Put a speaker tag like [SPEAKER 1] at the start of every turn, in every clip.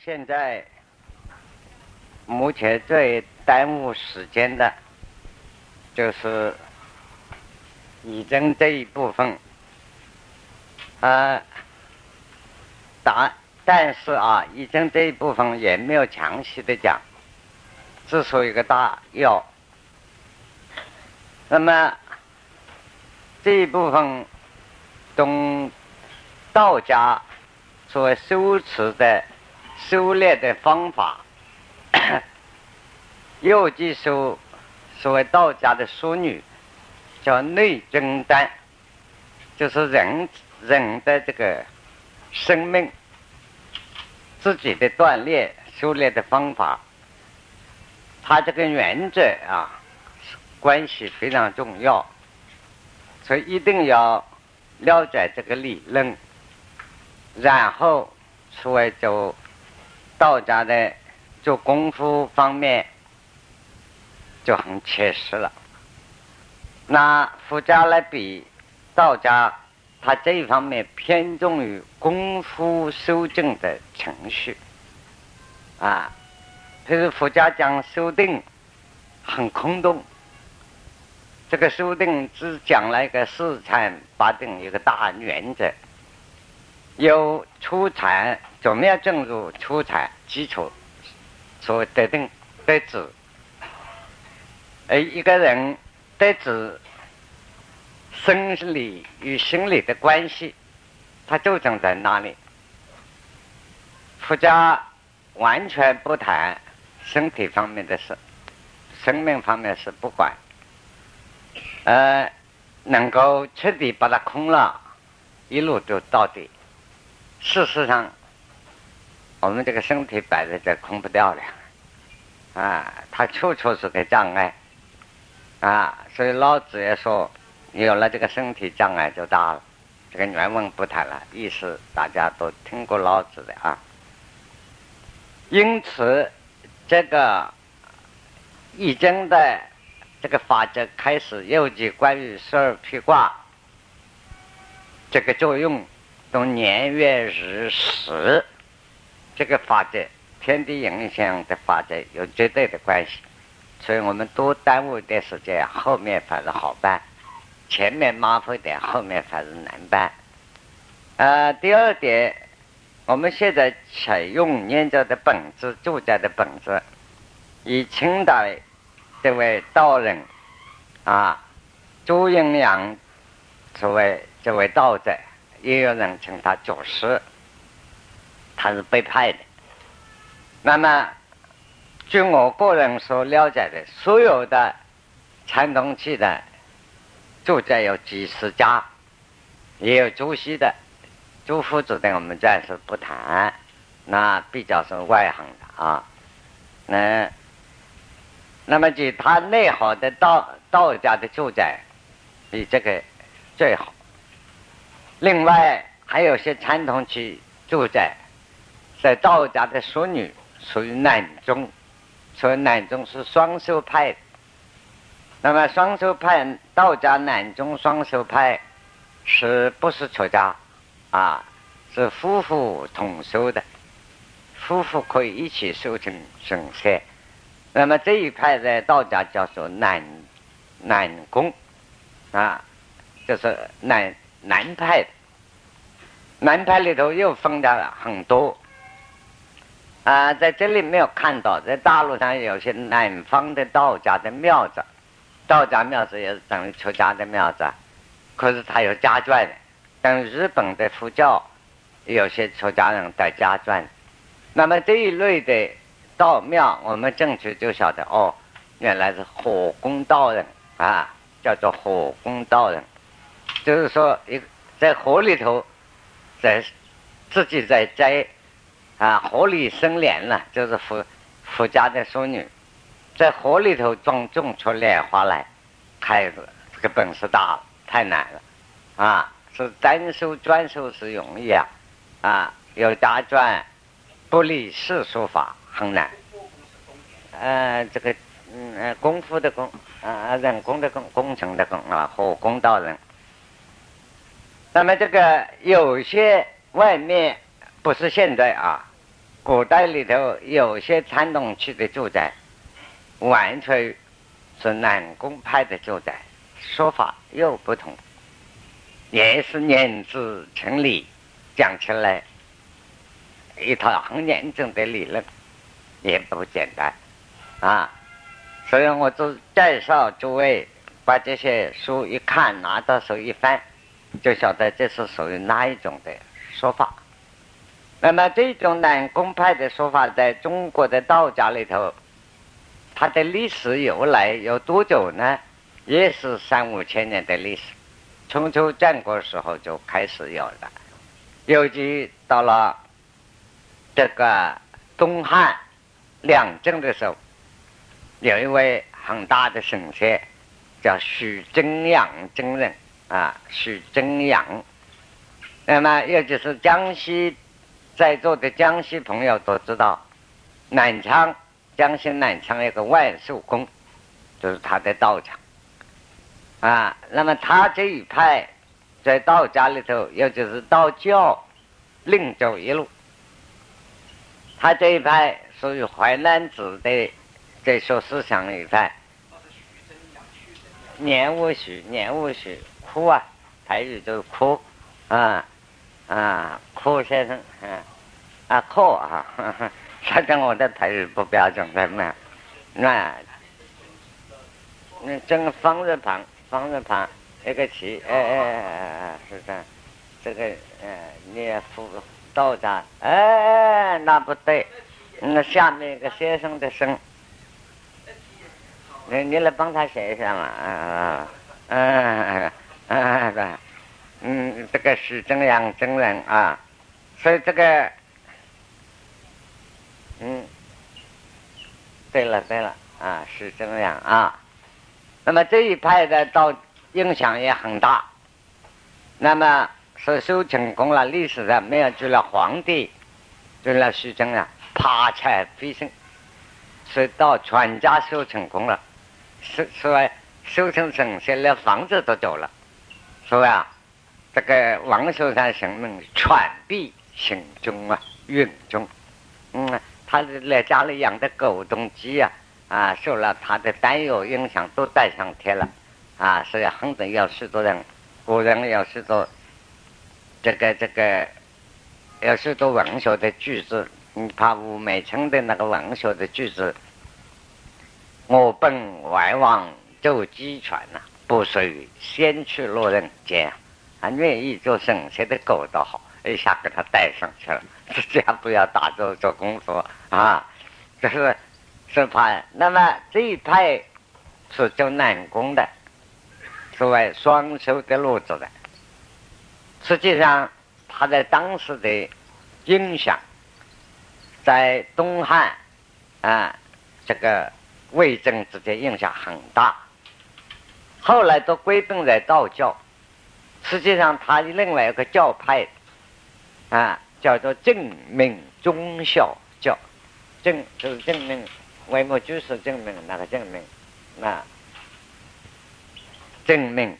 [SPEAKER 1] 现在目前最耽误时间的就是义诊这一部分，但是义诊这一部分也没有详细的讲，只说一个大要。那么这一部分从道家所修持的修炼的方法，有几首所谓道家的淑女叫内真丹，就是人的这个生命自己的锻炼修炼的方法，它这个原则关系非常重要，所以一定要了解这个理论，然后所谓就道家的做功夫方面就很切实了。那佛家来比道家，他这一方面偏重于功夫修正的程序譬如佛家讲修定很空洞，这个修定只讲了一个四禅八定一个大原则，有初禅，怎么样进入初禅基础，所谓得定得止。一个人得止生理与心理的关系，它就正在那里。佛家完全不谈身体方面的事，生命方面是不管，能够彻底把它空了，一路就到底。事实上我们这个身体摆在这空不掉了它处处是个障碍所以老子也说有了这个身体障碍就大了，这个原文不谈了，意思大家都听过老子的因此这个易经的这个法则开始尤其关于12辟卦这个作用，从年月日时这个法则天地影响的法则有绝对的关系，所以我们多耽误一点时间，后面反而好办，前面麻烦一点，后面反而难办。第二点，我们现在采用念着的本质，住家的本质，以清代这位道人朱阴阳所谓这位道者，也有人称他祖师，他是被派的。那么据我个人所了解的，所有的传统器的住宅有几十家，也有朱熹的，朱夫子的我们暂时不谈，那比较是外行的那么以他内好的道家的住宅比这个最好。另外还有些传统器住宅在道家的淑女属于南宗，所以南宗是双修派的。那么双修派道家南宗双修派是不是出家是夫妇同修的，夫妇可以一起修成神仙。那么这一派的道家叫做南宫就是南派的。南派里头又分的很多在这里没有看到，在大陆上有些南方的道家的庙子，道家庙子也是等于出家的庙子，可是它有家传的，等日本的佛教有些出家人带家传。那么这一类的道庙我们进去就晓得原来是火攻道人叫做火攻道人，就是说在火里头自己在摘火里生莲了，就是佛家的淑女在火里头种出莲花来，开这个本事大了，太难了是单修专修是容易有家传不离世俗法很难这个功夫的功人工的工程的工火攻道人。那么这个有些外面不是现在古代里头有些参洞区的住宅，完全是南宫派的住宅，说法又不同，也是言之成理，讲起来一套很严正的理论，也不简单啊。所以我就介绍诸位，把这些书一看，拿到手一翻，就晓得这是属于哪一种的说法。那么这种南宫派的说法，在中国的道家里头，它的历史由来有多久呢？也是3、5千年的历史，春秋战国时候就开始有了，尤其到了这个东汉两郑的时候，有一位很大的神仙叫许真阳真人啊，许真阳。那么也就是江西，在座的江西朋友都知道，南昌，江西南昌有个万寿宫，就是他的道场啊。那么他这一派在道家里头，也就是道教另走一路，他这一派属于淮南子的这说思想一派。年无许哭啊，台语就是哭啊哭先生哭啊，反正我的台语不标准的嘛。那这个方字旁一个起，是这样，这个念佛道家，那不对，那下面一个先生的生，你来帮他写一下嘛，这个是真阳真人啊，所以这个，对了啊，是真样啊。那么这一派的道影响也很大，那么是修成功了，历史上没有除了皇帝，除了徐峥啊，爬起来飞升，所以到全家修成功了，所以修成神仙连房子都走了，所以啊，这个王守山神明传臂行中啊，运中，他在家里养的狗东鸡啊，受了他的担忧影响，都带上天了啊，所以很多有许多人，古人有许多这个有许多文学的句子，你怕吴美成的那个文学的句子，我本外王周鸡犬不随先去落人间愿意做神仙的狗都好，一下给他带上去了，这样不要打坐做功夫啊，这是派。那么这一派是走南宫的，所谓双修的路子的。实际上他在当时的影响，在东汉这个魏征之间影响很大，后来都归并在道教。实际上他另外有个教派叫做正命忠孝教，正就是正命，为末居士正命，那个正命正命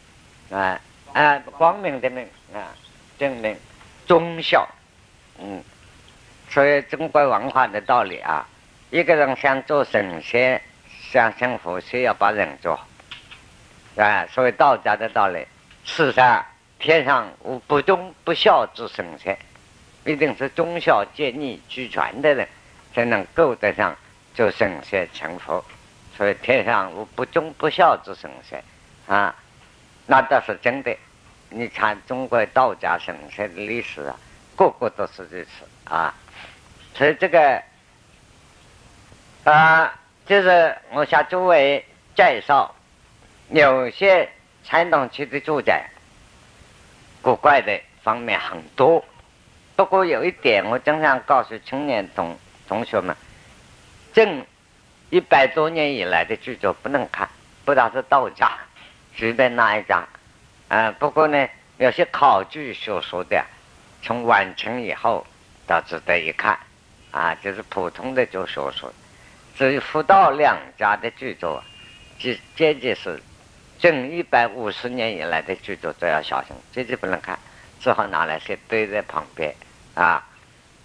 [SPEAKER 1] 光明的命正命忠孝，所以中国文化的道理一个人想做神仙想幸福，需要把人做好所以道家的道理，世上天上无不忠不孝之神仙，一定是忠孝节义俱全的人才能够得上做神仙成佛，所以天上无不忠不孝之神仙那倒是真的。你看中国道家神仙的历史个个都是如此所以这个就是我向诸位介绍，有些山东区的住宅古怪的方面很多，不过有一点我经常告诉青年同学们，近100多年以来的剧作不能看，不知道是道家随便哪一家不过呢有些考据所说的从完成以后倒值得一看就是普通的就所说，至于佛道两家的剧作简直是近150年以来的剧作都要小心，这就不能看，只好拿来些堆在旁边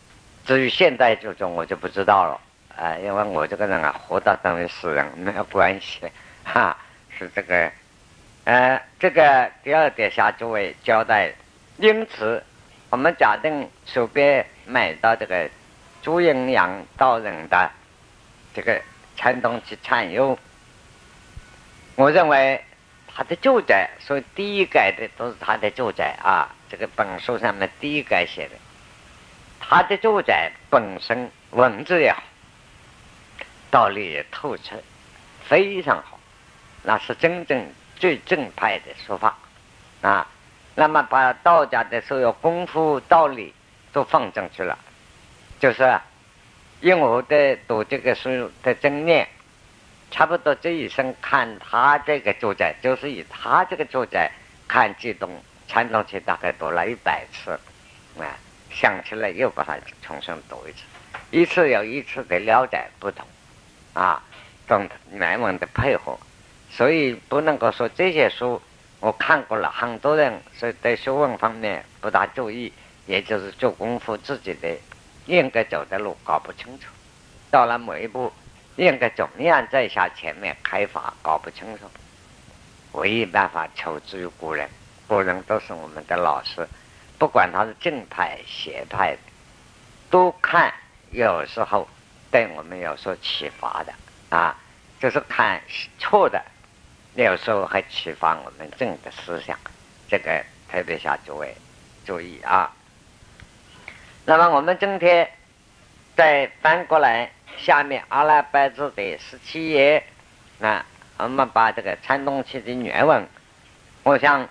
[SPEAKER 1] 至于现代这种我就不知道了，因为我这个人啊，活到等于死人没有关系，是这个，这个第二点下诸位交代，因此我们假定手边买到这个朱阴阳道人的这个参东去参幽，我认为他的注解，所以第一改的都是他的注解啊，这个本书上面第一改写的。他的注解本身文字也好，道理也透彻，非常好，那是真正最正派的说法啊。那么把道家的所有功夫道理都放进去了，就是因为我的读这个书的经验，差不多这一生看他这个注解，就是以他这个注解看济东参东去，大概读了100次啊。想起来又把它重新读一次，一次有一次的了解不同啊，跟原文的配合，所以不能够说这些书我看过了，很多人是对学问方面不大注意，也就是做功夫自己的应该走的路搞不清楚，到了某一步应该怎么样再下前面开发搞不清楚，唯一办法求助于古人，古人都是我们的老师，不管他是正派邪派的，都看有时候对我们有所启发的啊，就是看错的，有时候还启发我们正的思想，这个特别下诸位注意啊。那么我们今天再翻过来，下面阿拉伯字的17页，那我们把这个参东契的原文，我想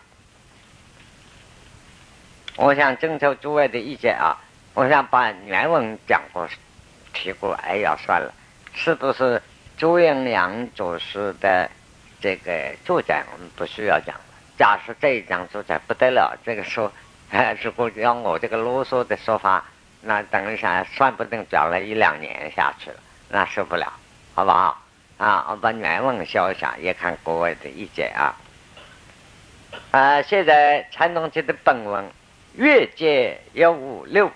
[SPEAKER 1] 征求诸位的意见啊，我想把原文讲过提过，哎呀算了，是不是朱阴阳祖师的这个注解我们不需要讲了，假设这一讲注解不得了，这个说如果用我这个啰嗦的说法，那等一下算不定讲了1、2年下去了，那受不了，好不好啊？我把原文消一下，也看各位的意见啊。现在参东契的本文，月界有5、6，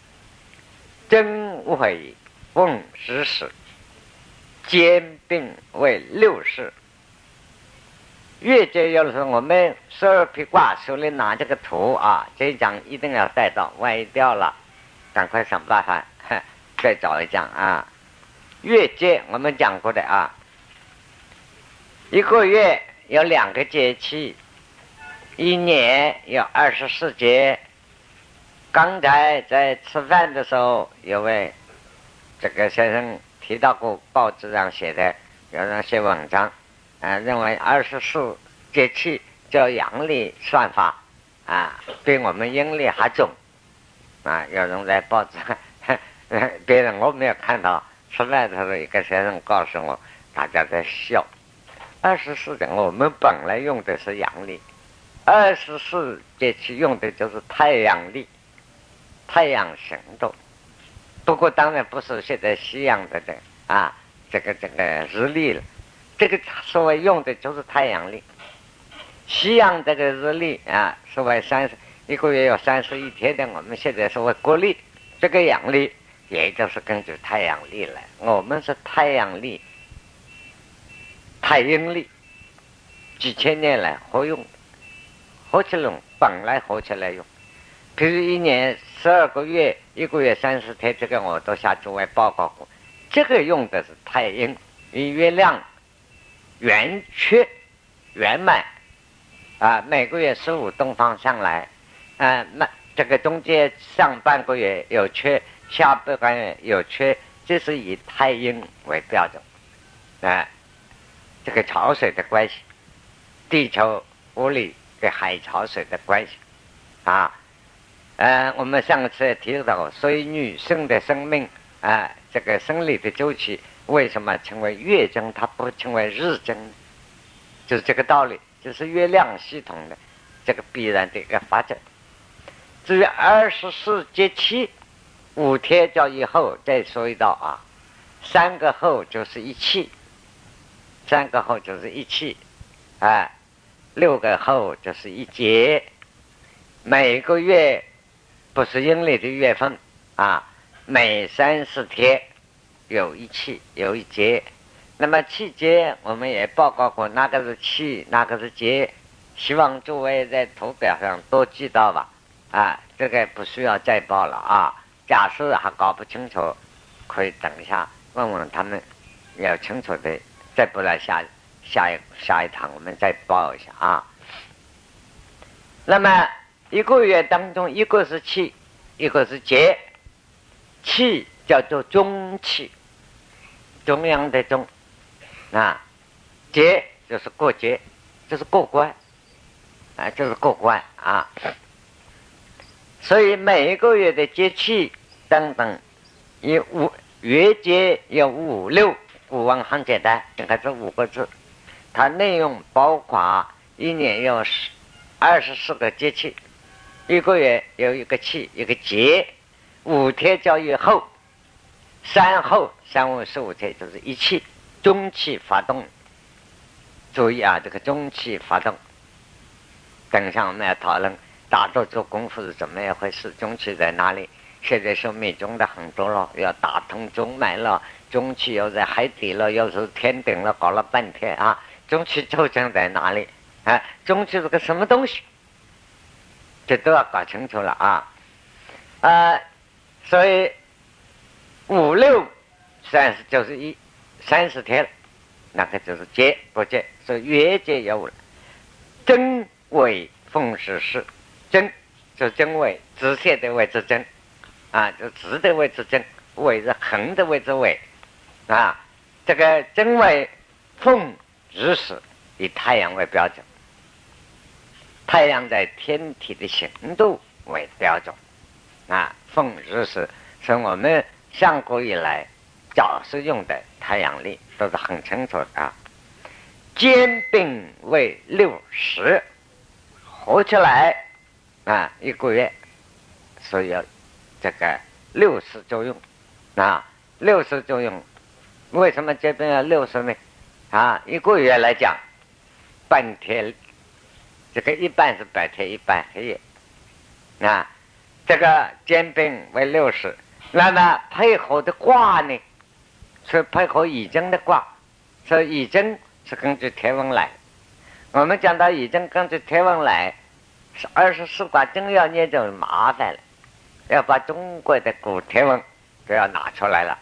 [SPEAKER 1] 真伪问10时，兼并为6事。月界有的时候我们12匹卦手里拿这个图啊，这一讲一定要带到，歪掉了赶快想办法再找一讲啊。月界我们讲过的啊，一个月有2个节气，一年有24节。刚才在吃饭的时候，有位这个先生提到过报纸上写的，有人写文章认为24节气叫阳历算法啊，比我们阴历还重啊。有人在报纸上别人我没有看到，吃饭的时候一个先生告诉我，大家在笑。24节我们本来用的是阳历，24节气用的就是太阳历，太阳行动。不过当然不是现在西洋的这个日历了，这个所谓用的就是太阳历。西洋这个日历啊，所谓一个月有31天的，我们现在所谓国历，这个阳历也就是根据太阳历来，我们是太阳历、太阴历，几千年来合用，合起来用，本来合起来用。比如一年12个月，一个月30天，这个我都向诸位报告过。这个用的是太阴，以月亮圆缺圆满每个月15东方上来那这个中间上半个月有缺，下半个月有缺，这是以太阴为标准这个潮水的关系，地球物理跟海潮水的关系我们上次也提到过，所以女性的生命这个生理的周期为什么称为月经，它不称为日经，就是这个道理，就是月亮系统的这个必然的一个发展。至于24节气，5天叫以后，再说一道3个后就是一气，3个后就是一气6个后就是一节。每个月不是阴历的月份每30天有一气有一节。那么气节我们也报告过，哪个是气，哪个是节，希望诸位在图表上都记到吧。这个不需要再报了啊。假设还搞不清楚，可以等一下问问他们，有清楚的再不来下一堂我们再报一下啊。那么一个月当中，一个是气，一个是节。气叫做中气，中央的中节就是过节，就是过关就是过关啊。所以每一个月的节气等等，月节有5、6，古文很简单，应该是5个字。它内容包括一年有24个节气，一个月有一个气一个节，5天叫月后，3后3、5、15天就是一气，中气发动。注意啊，这个中气发动，等一下我们要讨论打坐做功夫是怎么一回事，中气在哪里？现在说密宗的很多了，要打通中脉了，中气又在海底了，又是天顶了，搞了半天啊，中气究竟在哪里？中气是个什么东西？这都要搞清楚了啊。所以5、6、30就是30天了，那个就是节不节，所以月节有了。真伪奉时事，真就真伪，直线的位置真就直的位置真，伪是横的位置伪这个真伪奉日时，以太阳为标准，太阳在天体的行度为标准奉日时，所以我们上古以来早是用的太阳历都是很清楚的兼并为60，合起来一个月，所以这个60作用60作用。为什么这边要60呢？一个月来讲，半天，这个一半是白天，一半黑夜这个兼并为60。那么配合的卦呢，是配合易经的卦，所以易经是根据天文来。我们讲到易经根据天文来，是24卦真要念就麻烦了，要把中国的古天文都要拿出来了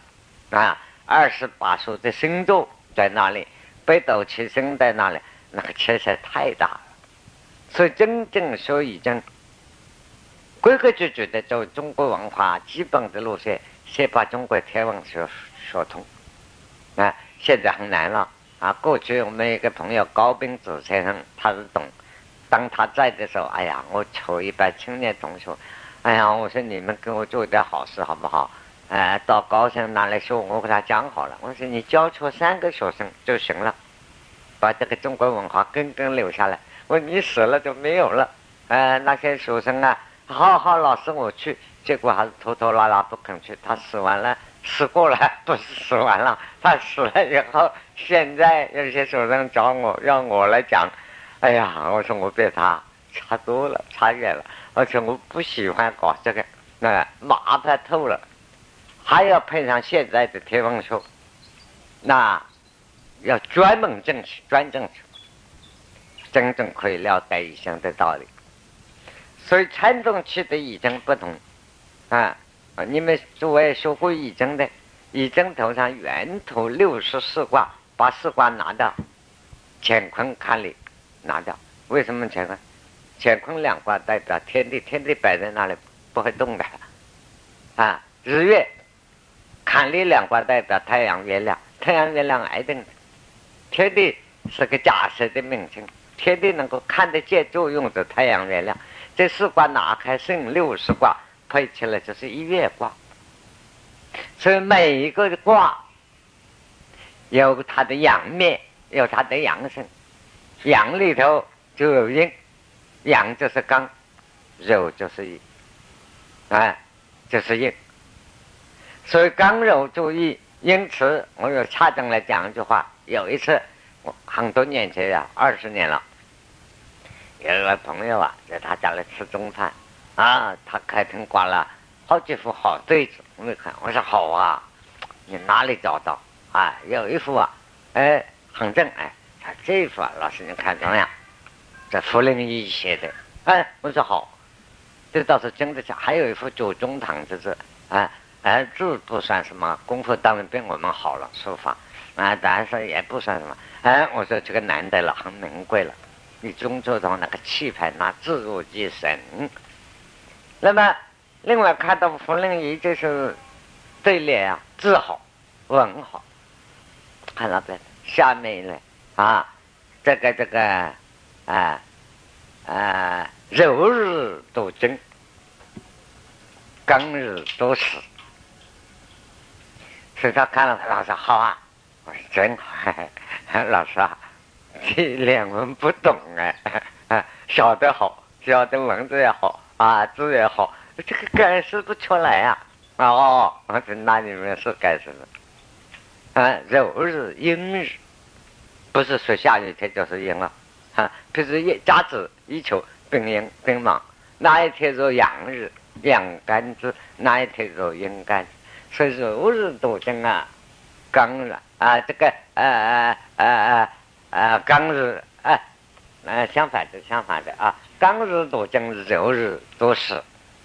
[SPEAKER 1] 28宿的星座在哪里，北斗七星在哪里，那个缺陷太大了。所以真正学易经，规规矩矩的走中国文化基本的路线，先把中国天文学说通现在很难了过去我们一个朋友高秉子先生，他是懂，当他在的时候，哎呀，我求一般青年同学，哎呀，我说你们给我做一点好事好不好？到高僧那里说，我给他讲好了，我说你教出3个学生就行了，把这个中国文化根留下来。我说你死了就没有了那些学生好老师我去，结果还是拖拖拉拉不肯去。他死完了，死过了，不是死完了，他死了以后，现在有些学生找我，让我来讲。哎呀，我说我比他差多了，差远了，而且我不喜欢搞这个，麻烦透了，还要配上现在的天文学，那要专门正确，真正可以了解易经的道理。所以参中期的易经不同你们诸位学过易经的，易经头上原图64卦，把4卦拿掉，乾坤坎离拿掉。为什么乾坤？乾坤2卦代表天地，天地摆在那里不会动的日月。坎离2卦代表太阳月亮，太阳月亮挨定的。天地是个假设的名称，天地能够看得见作用的太阳月亮。这4卦拿开剩60卦，配起来就是一月卦。所以每一个卦有它的阳面，有它的阳性。阳里头就有阴，阳就是刚，柔就是阴就是阴。所以刚柔注意。因此我有恰当来讲一句话。有一次很多年前20年了，有一位朋友在他家里吃中餐他开庭挂了好几副好对子我一看，我说好啊，你哪里找到啊？有一幅啊，哎，很正，哎，这幅啊，老师你看怎么样？这茯苓乙写的，哎，我说好，这倒是真的假。还有一幅左宗棠之字，哎，字不算什么，功夫当然比我们好了，书法啊，但是也不算什么。哎，我说这个难得了，很名贵了。你中作中那个气派，那字入其神。那么，另外看到茯苓乙，就是对联啊，字好，文好。看到这下面呢啊，这个柔日都争，刚日都死。所以他看了，老师好啊，我说真好，老师啊，这两文不懂晓得好，晓得文字也好啊，字也好，这个改诗不出来呀。哦，我说那你们是改诗的柔日阴日，不是说下雨天就是阴了比如甲子乙酉丙寅丙卯，那一天做阳日阳干支，那一天做阴干，所以柔日都争啊，刚日这个刚日相反的啊，刚日都争，柔日都死。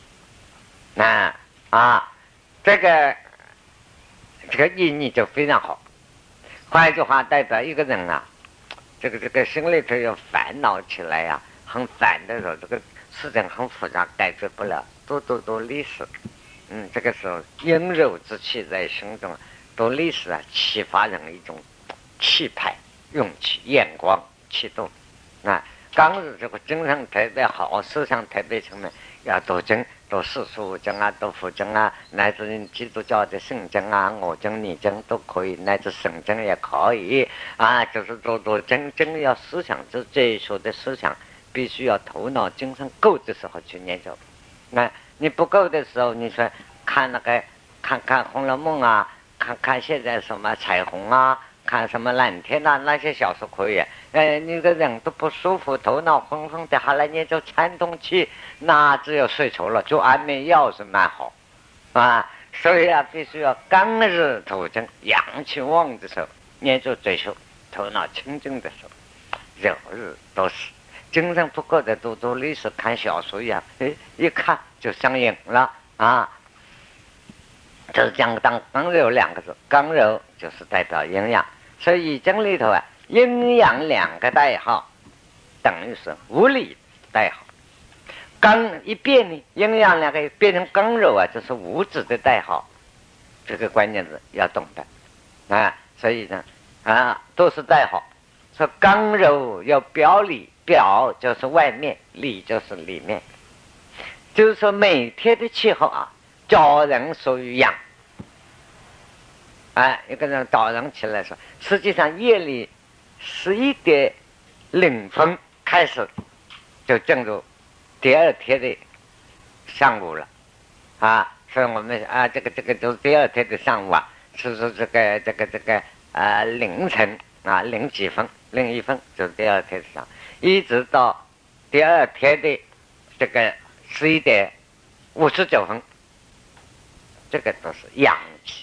[SPEAKER 1] 这个意义就非常好。换一句话，代表一个人啊，这个心里头有烦恼起来呀，很烦的时候，这个事情很复杂，解决不了，都历史。这个时候阴柔之气在心中，都历史啊，启发人一种气派、勇气、眼光、气度。刚日这个精神特别好，思想特别清明，要读经，读四书五经啊，读佛经啊，乃至基督教的圣经啊、我经、你经都可以，乃至圣经也可以就是读经要思想，就这一说的思想，必须要头脑精神够的时候去研究。你不够的时候，你说看看《红楼梦》啊，看现在什么彩虹啊，看什么蓝天啊，那些小说可以。你个人都不舒服，头脑昏昏的，还来研究参通气，那只有睡着了，就安眠药是蛮好所以必须要刚日头正，阳气旺的时候研究追求，头脑清净的时候，柔日都是精神不够的，都历史看小说一样，一看就上瘾了就是讲当刚柔两个字，刚柔就是代表阴阳，所以易经里头阴阳两个代号等于是物理代号。刚一变呢，阴阳两个变成刚柔就是物质的代号，这个关键字要懂的所以呢都是代号。说刚柔要表里，表就是外面，里就是里面。就是说每天的气候早晨属于阳一个人早上起来说，实际上夜里11:00开始就进入第二天的上午了所以我们这个就是第二天的上午是说这个凌晨0几分01分就是第二天的上午，一直到第二天的这个11:59，这个都是阳气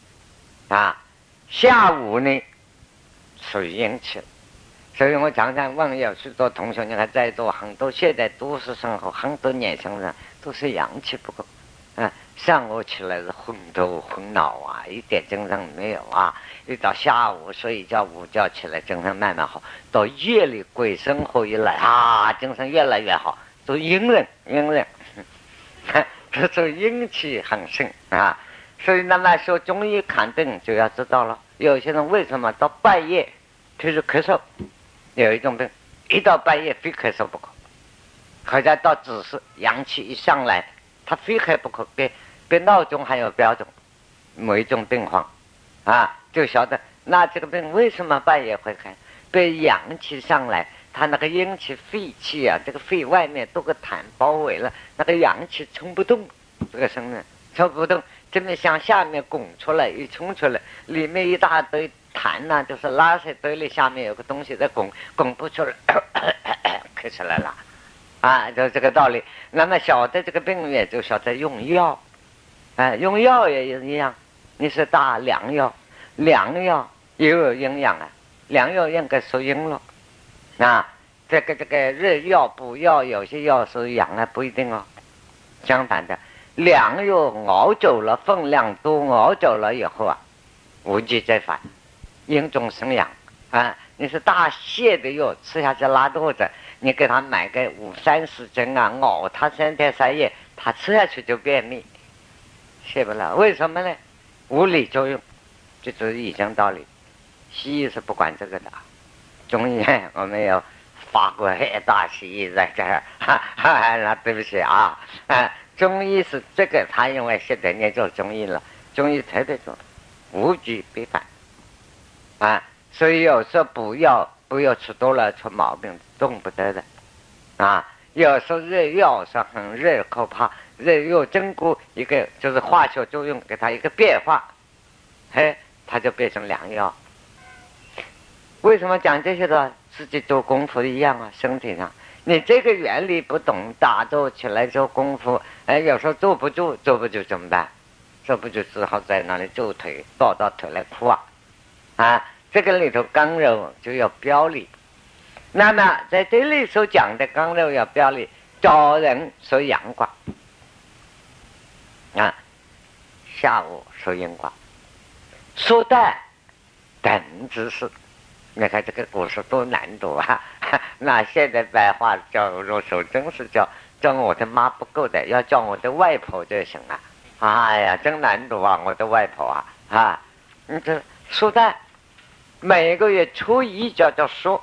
[SPEAKER 1] 下午呢属于阴气。所以我常常问有许多同学，你看在座很多现在都市生活很多年轻人都是阳气不够上午起来是昏头昏脑一点精神没有一到下午睡一觉午觉起来精神慢慢好，到夜里鬼生活一来精神越来越好，都阴人这是阴气很盛所以那么说中医看病就要知道了，有些人为什么到半夜譬如咳嗽，有一种病一到半夜非咳嗽不可，可是到子时阳气一上来他非咳不可，比闹钟还有标准，某一种病况就晓得那这个病为什么半夜会咳，被阳气上来，他那个阴气肺气这个肺外面都个痰包围了，那个阳气冲不动，这个声音冲不动，这边向下面拱出来，一冲出来，里面一大堆痰就是拉屎堆里下面有个东西在拱不出来咳出来了就这个道理。那么晓得这个病源就晓得用药用药也一样，你是打良药，良药也有营养啊，良药应该属阴了。这个热药补药，有些药是阳啊，不一定哦。相反的，良药熬久了，分量多，熬久了以后啊，无极再反，阴中生阳啊。你是大泻的药，吃下去拉肚子，你给他买个30针啊，熬他3天3夜，他吃下去就便秘，泻不了。为什么呢？物理作用，这就是医生道理。西医是不管这个的，中医我们有法国大西医在这儿，那对不起啊，中医是这个，他因为现在研究中医了，中医特别重，无惧必反所以有时候不要吃多了出毛病，动不得的有时候热药是很热可怕，热药经过一个就是化学作用，给它一个变化，它就变成良药。为什么讲这些的？自己做功夫一样啊，身体上你这个原理不懂，打坐起来做功夫，有时候坐不住怎么办？坐不住只好在那里做腿，抱到腿来哭这个里头刚柔就要表里。那么在这里所讲的刚柔要表里，早人说阳卦下午说阴卦，说旦等之事。你看这个古诗多难读啊！那现在白话教入手真是教我的妈不够的，要教我的外婆就行了。哎呀，真难读啊！我的外婆你这说旦，每个月初一叫做说，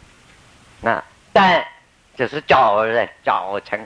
[SPEAKER 1] 旦就是早晨，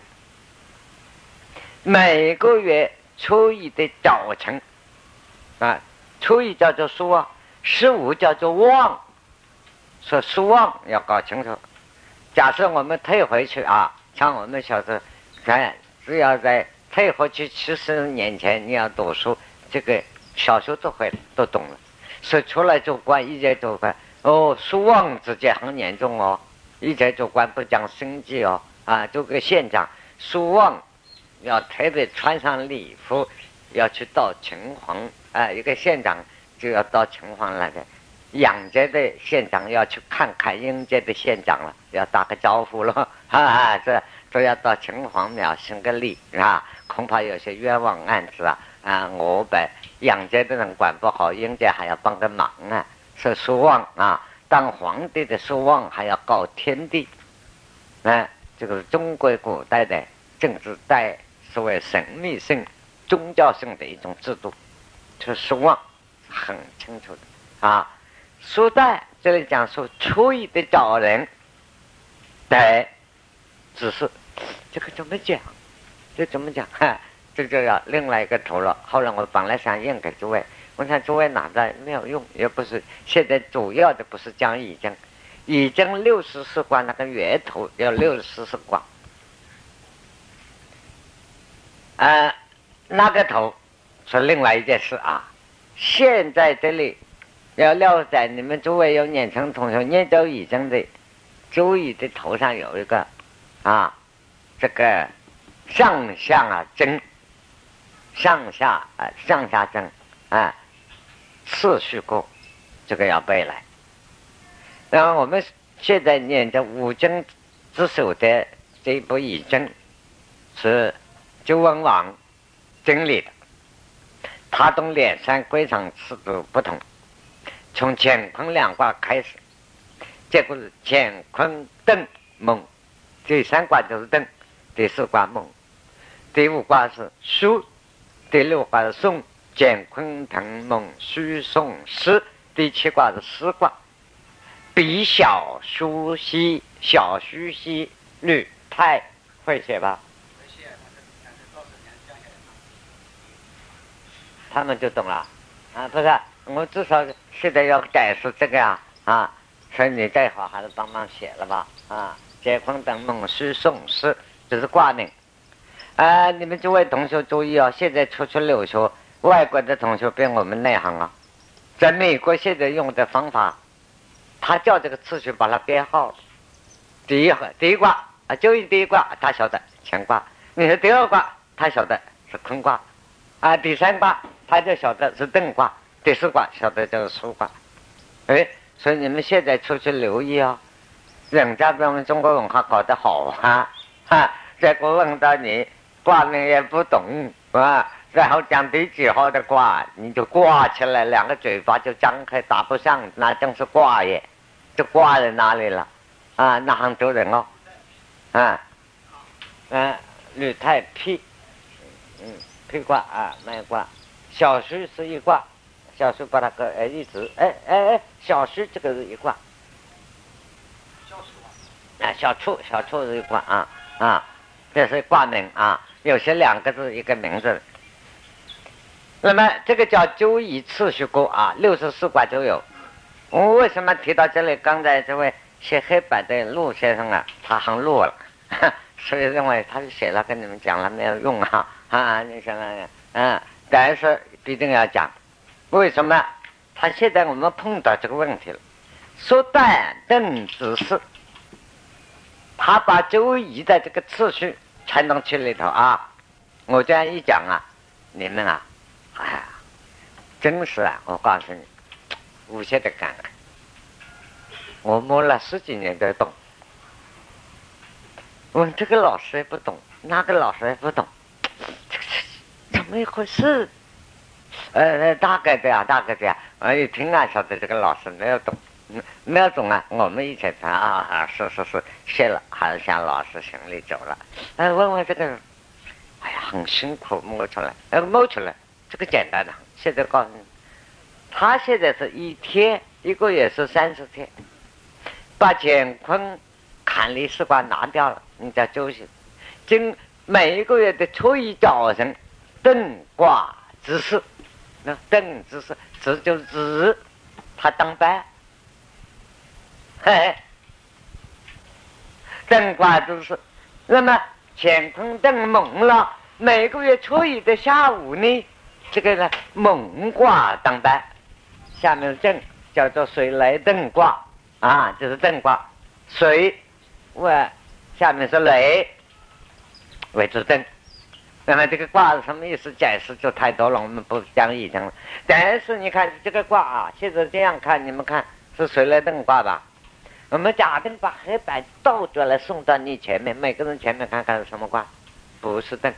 [SPEAKER 1] 每个月初一的早晨初一叫做说，15叫做望。说书望要搞清楚。假设我们退回去像我们小时候只要在退回去70年前，你要读书，这个小学都会都懂了。所以出来做官，一节做官书望之间很严重哦。一节做官不讲生计做个县长，书望要特别穿上礼服，要去到秦皇一个县长就要到秦皇来的。阳节的县长要去看看阴节的县长了，要打个招呼了这要到秦皇庙行个礼恐怕有些冤枉案子我把阳节的人管不好，阴节还要帮个忙是书望当皇帝的书望还要告天地这个是中国古代的政治带所谓神秘性、宗教性的一种制度，这书望很清楚的书旦这里讲说初一的早人，只是这个怎么讲？这就要另外一个头了。后来我本来想印给诸位，我想诸位拿在没有用，也不是现在主要的不是讲已经64卦那个源头要64卦那个头是另外一件事现在这里要了解，你们诸位有年轻同学念到已经的，注意的头上有一个这个上下针，上下针次序过，这个要背来。然后我们现在念的五经之首的这一部易经是周文王整理的，他同连山归藏次度不同。从乾坤两卦开始，结果是乾坤艮蒙，第3卦就是艮，第4卦蒙，第5卦是戌，第6卦是宋，乾坤艮蒙戌宋师，第7卦是师卦。比小书西，小虚西律太，会写吧？他们就懂了不是。我至少现在要改是这个所以你再好还是帮忙写了吧乾坤艮蒙戌宋师，这是卦名你们诸位同学注意现在出去留学，外国的同学比我们内行在美国现在用的方法，他叫这个次序把它编号，第一卦就第一卦他晓得乾卦，你说第2卦他晓得是坤卦啊，第三卦他就晓得是艮卦，第四卦晓得就是疏卦。哎，所以你们现在出去留意哦，人家比我们中国文化搞得好啊，结果问到你卦名也不懂啊，然后讲第几号的卦，你就挂起来，两个嘴巴就张开，答不上，那正是卦耶，就挂在哪里了啊？那很多人哦，履太辟，辟卦啊，卖卦，小虚是一卦，小虚把它个一直小虚这个是一卦，小处是一卦这是卦名啊，有些两个字一个名字。那么这个叫周易次序卦啊，64卦就有。我为什么提到这里？刚才这位写黑板的陆先生啊，他很弱了，所以认为他是写了跟你们讲了没有用你想想但是必定要讲。为什么？他现在我们碰到这个问题了，说断艮子事，他把周易的这个次序传动去里头啊，我这样一讲啊，你们啊，真是我告诉你，无限的感慨。我摸了10几年都懂，问这个老师也不懂，那个老师也不懂，这个怎么一回事？大概的呀，一听晓得这个老师没有懂，没有懂我们以前是，谢了，还是向老师行礼走了。问问这个人，很辛苦摸出来，这个简单的。现在告诉你，他现在是1天1个月是30天，把乾坤坎离4卦拿掉了，你叫周行。每一个月的初一早晨，艮卦之事，那艮之事，子就是子，他当班，艮卦之事。那么乾坤艮猛了，每个月初一的下午呢，这个呢猛卦当班，下面艮叫做水雷艮卦这是艮卦，水下面是雷为之艮。那么这个卦是什么意思？解释就太多了，我们不讲已经了。但是你看这个卦现在这样看，你们看是水雷艮卦吧？我们假定把黑板倒转来送到你前面，每个人前面看看是什么卦？不是艮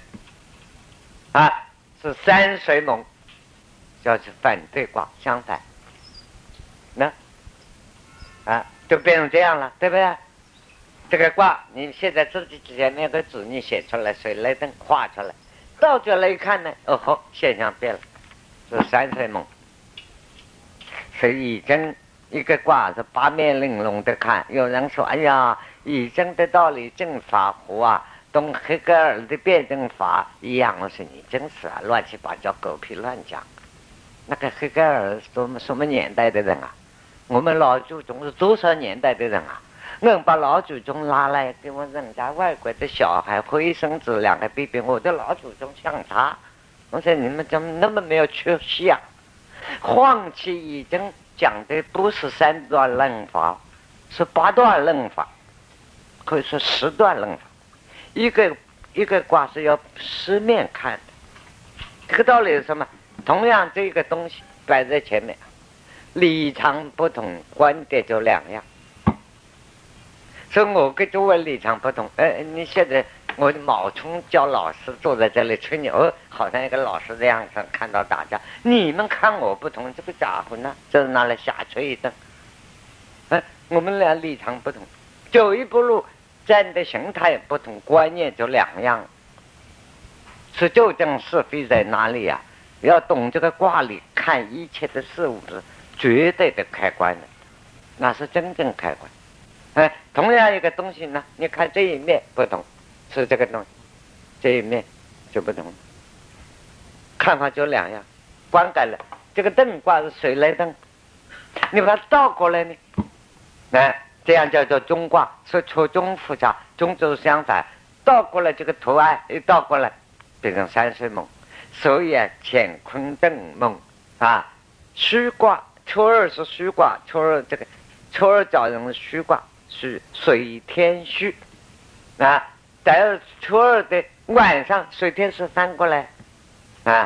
[SPEAKER 1] 是山水猛，就是反对卦，相反。那就变成这样了，对不对？这个卦你现在自己前面个字你写出来，水雷艮画出来，倒转来一看呢，现象变了，是山水猛。所以已经一个卦是八面玲珑的看。有人说以经的道理正法乎同黑格尔的辩证法一样。我说你真是乱七八糟狗屁乱讲。那个黑格尔是什么年代的人我们老祖宗是多少年代的人我把老祖宗拉来给我人家外国的小孩灰身子两个比比，我的老祖宗像他。我说你们怎么那么没有出息黄芪已经讲的不是3段论法，是8段论法，可以说10段论法。一个卦是要10面看的。这个道理是什么？同样这个东西摆在前面，立场不同，观点就两样。所以我跟诸位立场不同。你现在我冒充教老师坐在这里吹牛，好像一个老师的样子看到大家，你们看我不同，这个家伙呢就是拿来瞎吹一顿。我们俩立场不同，走一步路站的形态不同，观念就两样。是究竟是非在哪里要懂这个卦理，看一切的事物是绝对的开关的，那是真正开关。同样一个东西呢，你看这一面不同，是这个东西，这一面就不同，看法就两样，观感了。这个艮卦是水雷艮，你把它倒过来呢，这样叫做中卦，是错综复杂，中轴相反，倒过来这个图案一倒过来，变成山水猛。所以乾坤艮猛虚卦，初二是虚卦，初二找人虚卦。是水天虚但是初二的晚上水天是翻过来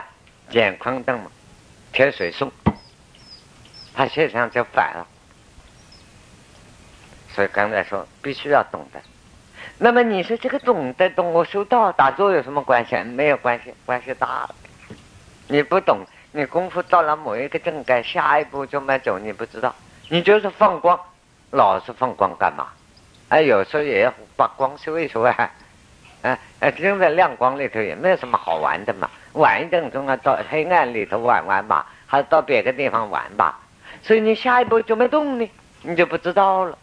[SPEAKER 1] 乾坤灯嘛，铁水送，他现象就反了。所以刚才说必须要懂得。那么你说这个懂得懂我修道打坐有什么关系？没有关系，关系大了。你不懂，你功夫到了某一个正盖，下一步就没走，你不知道。你就是放光，老是放光干嘛？有时候也要把光修一修啊。正在亮光里头也没有什么好玩的嘛。晚一点钟啊，到黑暗里头玩吧，还是到别个地方玩吧。所以你下一步就没动呢，你就不知道了，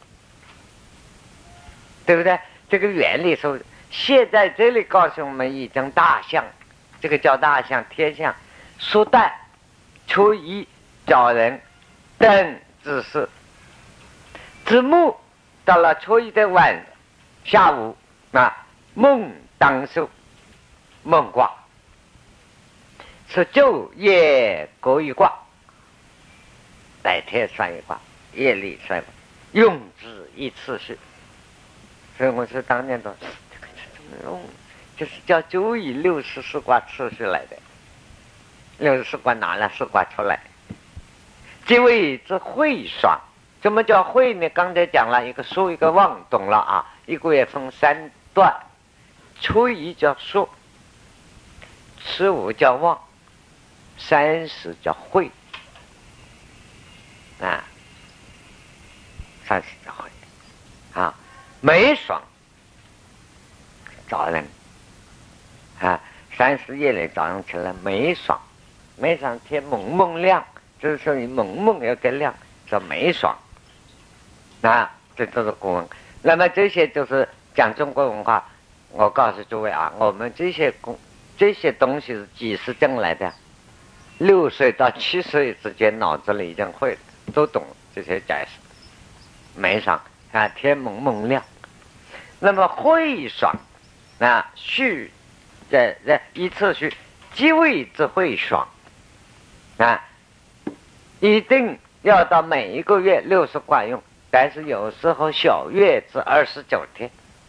[SPEAKER 1] 对不对？这个原理说，现在这里告诉我们一张大象，这个叫大象天象，说旦初一找人等之事，子木到了初一的下午梦当受，梦卦是昼夜各一卦，白天算一卦，夜里算一卦，用之一次序。所以我说当年的这个怎么用，就是叫周易64卦次序来的，64卦拿了4卦出来，即谓之会爽。什么叫会呢？刚才讲了一个疏一个旺，懂了啊？一个月分3段，初一叫疏，15叫旺，30叫会啊，30叫会啊。梅爽早晨30夜里早上起来梅爽，梅爽天蒙蒙亮，这时候你蒙蒙要更亮，叫梅爽这都是古文。那么这些就是讲中国文化。我告诉诸位啊，我们这些东西是几时挣来的？6岁到7岁之间脑子里已经会都懂这些解释。梅爽天蒙蒙亮。那么会爽序这一次序，即谓之会爽一定要到每一个月60卦用，但是有时候小月至29天，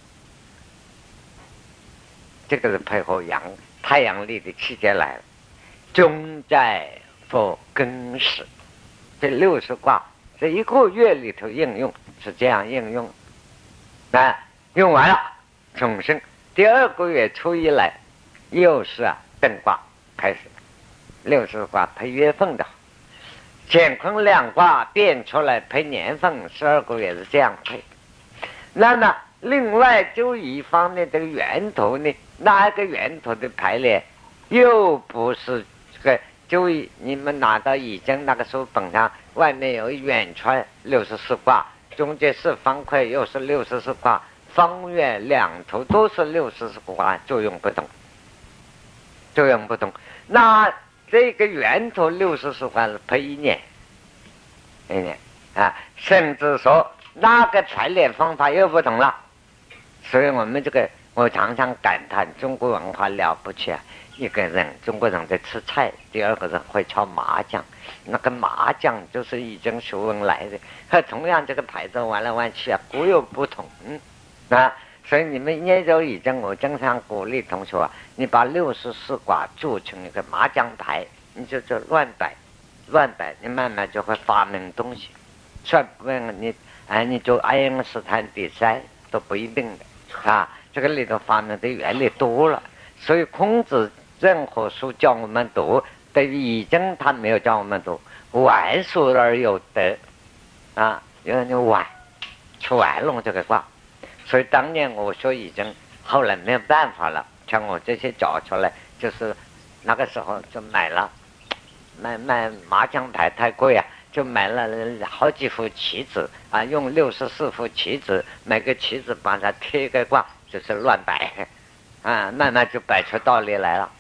[SPEAKER 1] 这个是配合太阳历的期间来了。中在for庚时，这60卦这一个月里头应用是这样应用用完了重生，第2个月初一来又是艮卦开始，60卦配月份的，乾坤2卦变出来配年份，12个月是这样配。那么另外就一方面这个源头呢，那个源头的排列又不是这个，就你们拿到易经那个书本上外面有远川64卦，中间是方块又是64卦，方圆2头都是64卦，作用不同。那这个源头64卦是配一年甚至说那个排列方法又不同了。所以我们我常常感叹中国文化了不起啊！一个人中国人在吃菜，第二个人会敲麻将，那个麻将就是易经学问来的。和同样这个牌子玩来玩去各有不同所以你们研究易经，我经常鼓励同学你把64卦做成一个麻将牌，你就乱摆，你慢慢就会发明东西。算不明你做爱因斯坦比赛都不一定的这个里头发明的原理多了。所以孔子任何书教我们读，对于易经他没有教我们读，玩书而有得因为你玩去玩弄这个卦。所以当年我说易经，后来没有办法了，像我这些找出来，就是那个时候就买卖麻将牌太贵就买了好几副棋子用64副棋子，每个棋子把它贴一个卦，就是乱摆慢慢就摆出道理来了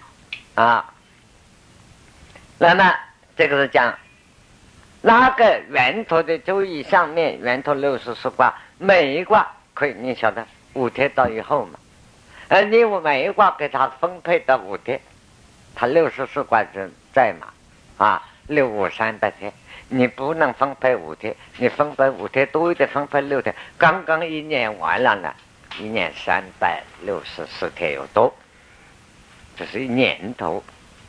[SPEAKER 1] 那么这个是讲那个源头的周易上面，源头64卦，每一卦可以你晓得5天到以后嘛，你每一卦给它分配到5天，它64卦是在嘛65300天，你不能分配5天，你分配5天多一点，分配6天，刚刚1年完了呢，1年364天有多，这是一年头。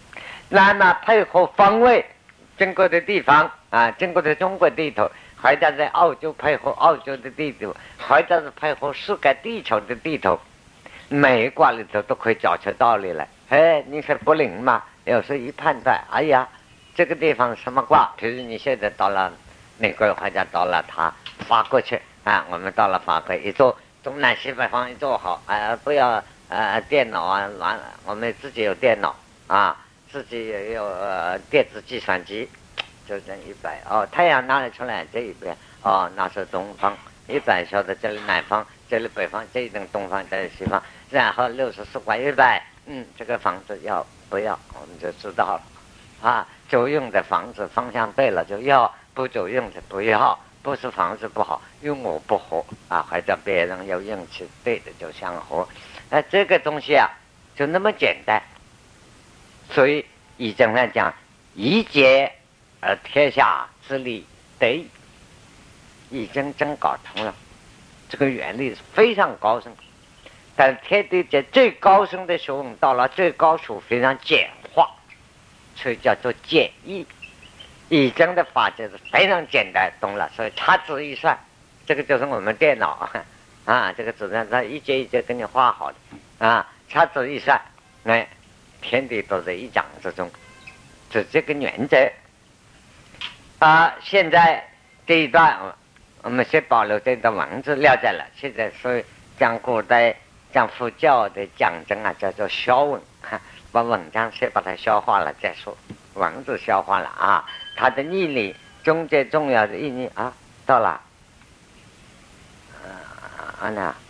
[SPEAKER 1] 那么配合方位，中国的地方啊，中国的中国地图，或者在澳洲配合澳洲的地图，或者是配合世界地球的地图，每一卦里头都可以找出道理来。哎，你说不灵吗？有时候一判断，哎呀，这个地方什么卦？比如你现在到了美国，或者到了法国去啊，我们到了法国一做东南西北方一做好，不要电脑啊，完了我们自己有电脑啊。自己也有电子计算机，就这100哦，太阳拿了出来这一边哦，那是东方100，晓得这里南方，这里北方，这一等东方，这里西方，然后64卦100，这个房子要不要，我们就知道了啊。久用的房子方向对了就要，不久用的不要，不是房子不好，用我不合啊，或者别人有运气对的就相合，这个东西啊就那么简单。所以易经上讲，一节而天下之理得矣。易经真搞通了，这个原理是非常高深，但是天地间最高深的学问到了最高处非常简化，所以叫做简易。易经的法则是非常简单，懂了，所以掐指一算，这个就是我们电脑啊，这个纸上它一节一节给你画好的啊，掐指一算，天地都在一掌之中，是这个原则啊。现在这一段我们先保留这段文字了解了。现在所以讲古代讲佛教的讲经啊，叫做消文，把文章先把它消化了再说，文字消化了啊，它的义理中间重要的意义啊到了那